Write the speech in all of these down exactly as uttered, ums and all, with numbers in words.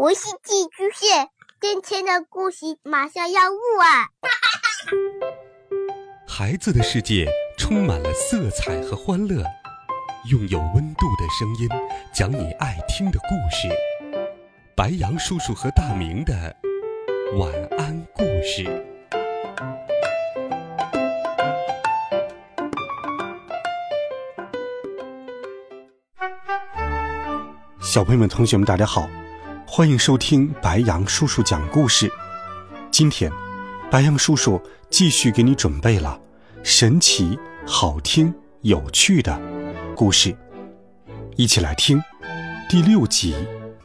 我是寄居蟹，今天的故事马上要录啊！ 孩子的世界充满了色彩和欢乐，用有温度的声音讲你爱听的故事。白羊叔叔和大明的晚安故事。 小朋友们同学们大家好，欢迎收听白羊叔叔讲故事。今天白羊叔叔继续给你准备了神奇、好听、有趣的故事，一起来听第六集。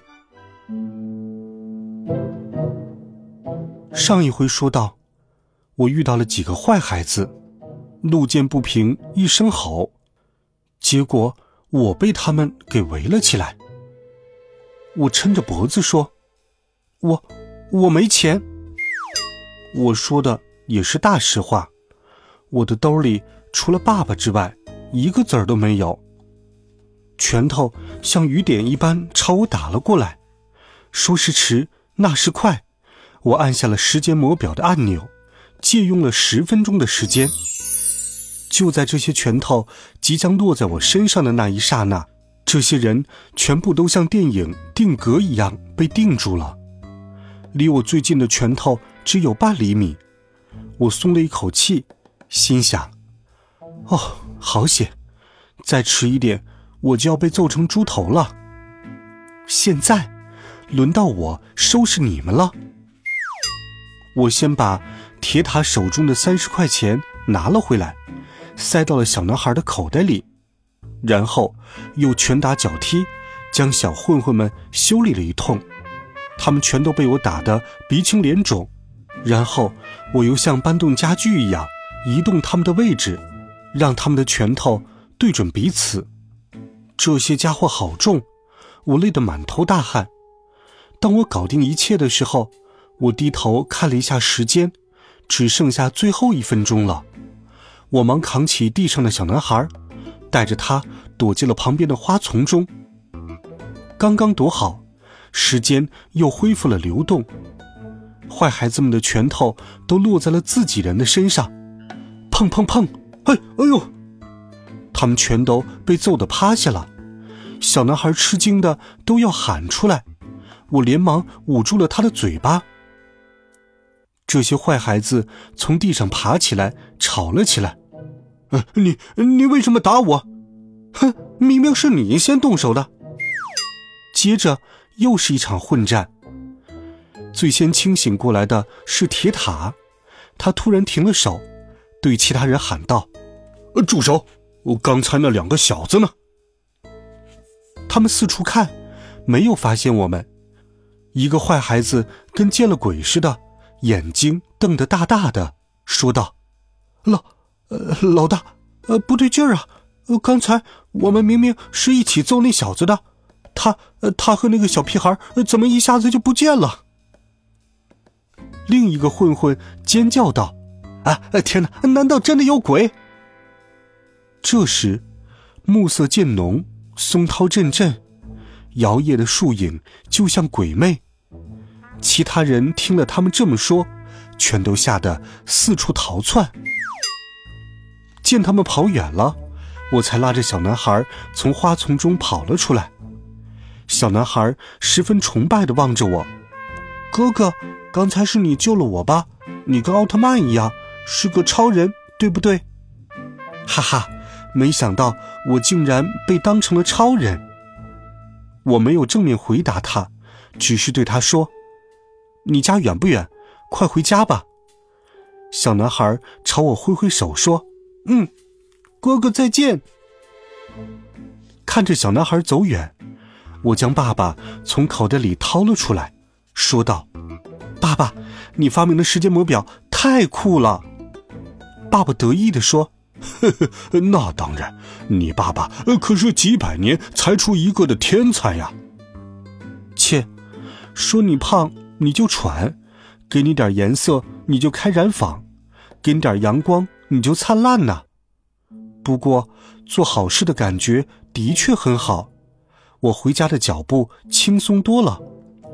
上一回说到，我遇到了几个坏孩子，路见不平一声吼，结果我被他们给围了起来。我抻着脖子说，我我没钱。我说的也是大实话，我的兜里除了爸爸之外一个子儿都没有。拳头像雨点一般朝我打了过来，说时迟那时快，我按下了时间魔表的按钮，借用了十分钟的时间。就在这些拳头即将落在我身上的那一刹那，这些人全部都像电影定格一样被定住了。离我最近的拳头只有半厘米，我松了一口气，心想，哦，好险，再迟一点我就要被揍成猪头了。现在轮到我收拾你们了。我先把铁塔手中的三十块钱拿了回来，塞到了小男孩的口袋里，然后又拳打脚踢，将小混混们修理了一通。他们全都被我打得鼻青脸肿，然后我又像搬动家具一样移动他们的位置，让他们的拳头对准彼此。这些家伙好重，我累得满头大汗。当我搞定一切的时候，我低头看了一下时间，只剩下最后一分钟了。我忙扛起地上的小男孩，带着他躲进了旁边的花丛中。刚刚躲好，时间又恢复了流动，坏孩子们的拳头都落在了自己人的身上，砰砰砰，哎哎呦，他们全都被揍得趴下了。小男孩吃惊的都要喊出来，我连忙捂住了他的嘴巴。这些坏孩子从地上爬起来吵了起来，呃、你你为什么打我？哼，明明是你先动手的。接着又是一场混战。最先清醒过来的是铁塔，他突然停了手，对其他人喊道，呃、住手，我刚才那两个小子呢？他们四处看，没有发现我们。一个坏孩子跟见了鬼似的，眼睛瞪得大大的，说道，老呃老大呃不对劲儿啊，呃刚才我们明明是一起揍那小子的，他呃他和那个小屁孩、呃、怎么一下子就不见了？另一个混混尖叫道，啊天哪，难道真的有鬼？这时暮色渐浓，松涛阵阵，摇曳的树影就像鬼魅。其他人听了他们这么说，全都吓得四处逃窜。见他们跑远了，我才拉着小男孩从花丛中跑了出来。小男孩十分崇拜地望着我，哥哥，刚才是你救了我吧？你跟奥特曼一样，是个超人，对不对？哈哈，没想到我竟然被当成了超人。我没有正面回答他，只是对他说，你家远不远？快回家吧。小男孩朝我挥挥手说，嗯，哥哥再见。看着小男孩走远，我将爸爸从口袋里掏了出来，说道，爸爸，你发明的时间魔表太酷了。爸爸得意地说，呵呵，那当然，你爸爸可是几百年才出一个的天才呀。切，说你胖你就喘，给你点颜色你就开染坊，给你点阳光你就灿烂呐。不过做好事的感觉的确很好，我回家的脚步轻松多了。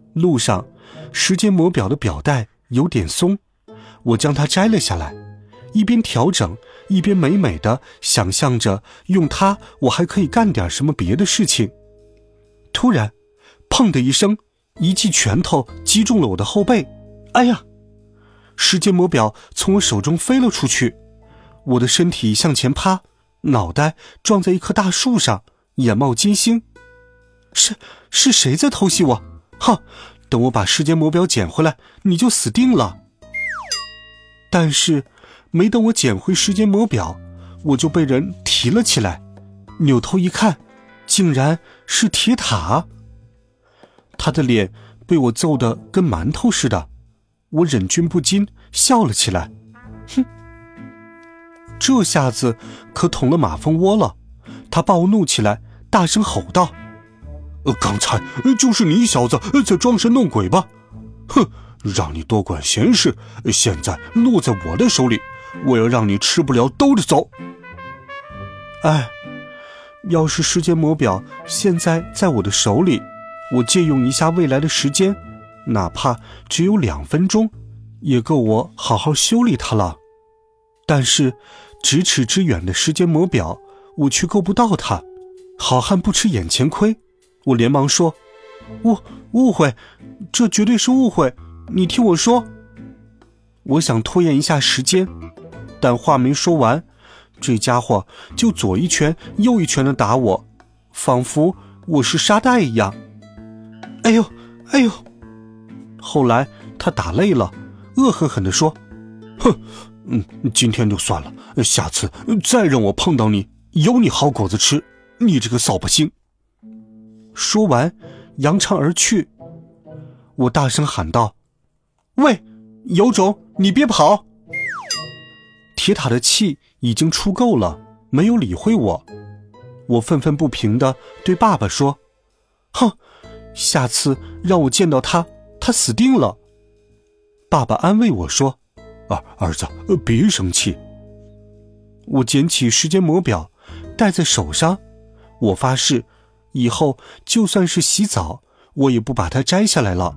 路上，时间魔表的表带有点松，我将它摘了下来，一边调整，一边美美地想象着用它我还可以干点什么别的事情。突然，砰的一声，一记拳头击中了我的后背。哎呀！时间魔表从我手中飞了出去，我的身体向前趴，脑袋撞在一棵大树上，眼冒金星。是是谁在偷袭我？哈！等我把时间魔表捡回来，你就死定了。但是没等我捡回时间魔表，我就被人提了起来，扭头一看，竟然是铁塔。他的脸被我揍得跟馒头似的，我忍俊不禁笑了起来。哼，这下子可捅了马蜂窝了。他暴怒起来，大声吼道：呃，刚才就是你小子在装神弄鬼吧？哼，让你多管闲事，现在落在我的手里，我要让你吃不了兜着走。哎，要是时间魔表现在在我的手里，我借用一下未来的时间，哪怕只有两分钟，也够我好好修理它了。但是咫尺之远的时间魔表，我却够不到它。好汉不吃眼前亏，我连忙说：误误会，这绝对是误会，你听我说。我想拖延一下时间，但话没说完，这家伙就左一拳右一拳地打我，仿佛我是沙袋一样。哎呦哎呦！后来他打累了，恶狠狠地说：哼，嗯，今天就算了，下次再让我碰到你，有你好果子吃，你这个扫把星。说完扬长而去。我大声喊道：喂，有种你别跑！铁塔的气已经出够了，没有理会我。我愤愤不平地对爸爸说：哼，下次让我见到他，他死定了。爸爸安慰我说：儿儿子，别生气。我捡起时间魔表戴在手上，我发誓以后就算是洗澡，我也不把它摘下来了。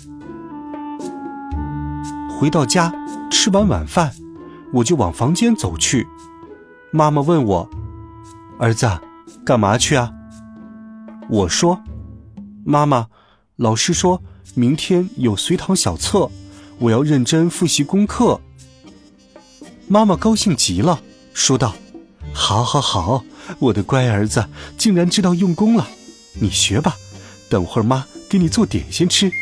回到家，吃完晚饭，我就往房间走去。妈妈问我：儿子，干嘛去啊？我说：妈妈，老师说明天有随堂小测，我要认真复习功课。妈妈高兴极了，说道：好好好，我的乖儿子竟然知道用功了，你学吧，等会儿妈给你做点心吃。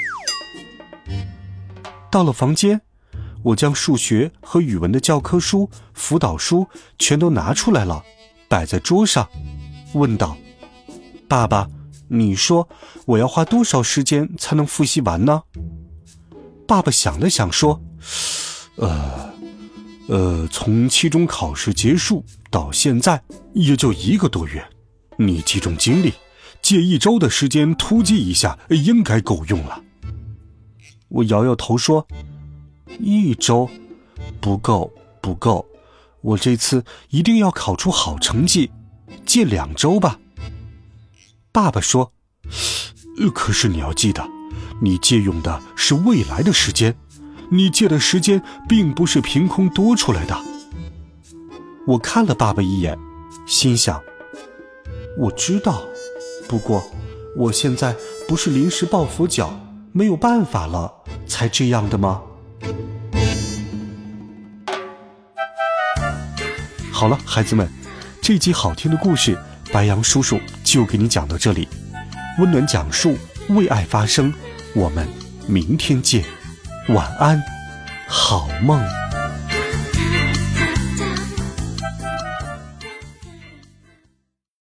到了房间，我将数学和语文的教科书、辅导书全都拿出来了，摆在桌上，问道：爸爸，你说我要花多少时间才能复习完呢？爸爸想了想说：呃呃，从期中考试结束到现在也就一个多月，你集中精力，借一周的时间突击一下应该够用了。我摇摇头说：一周不够不够，我这次一定要考出好成绩，借两周吧。爸爸说：可是你要记得，你借用的是未来的时间，你借的时间并不是凭空多出来的。我看了爸爸一眼，心想：我知道，不过我现在不是临时抱佛脚，没有办法了才这样的吗？好了，孩子们，这集好听的故事白羊叔叔就给你讲到这里。温暖讲述，为爱发声，我们明天见，晚安，好梦。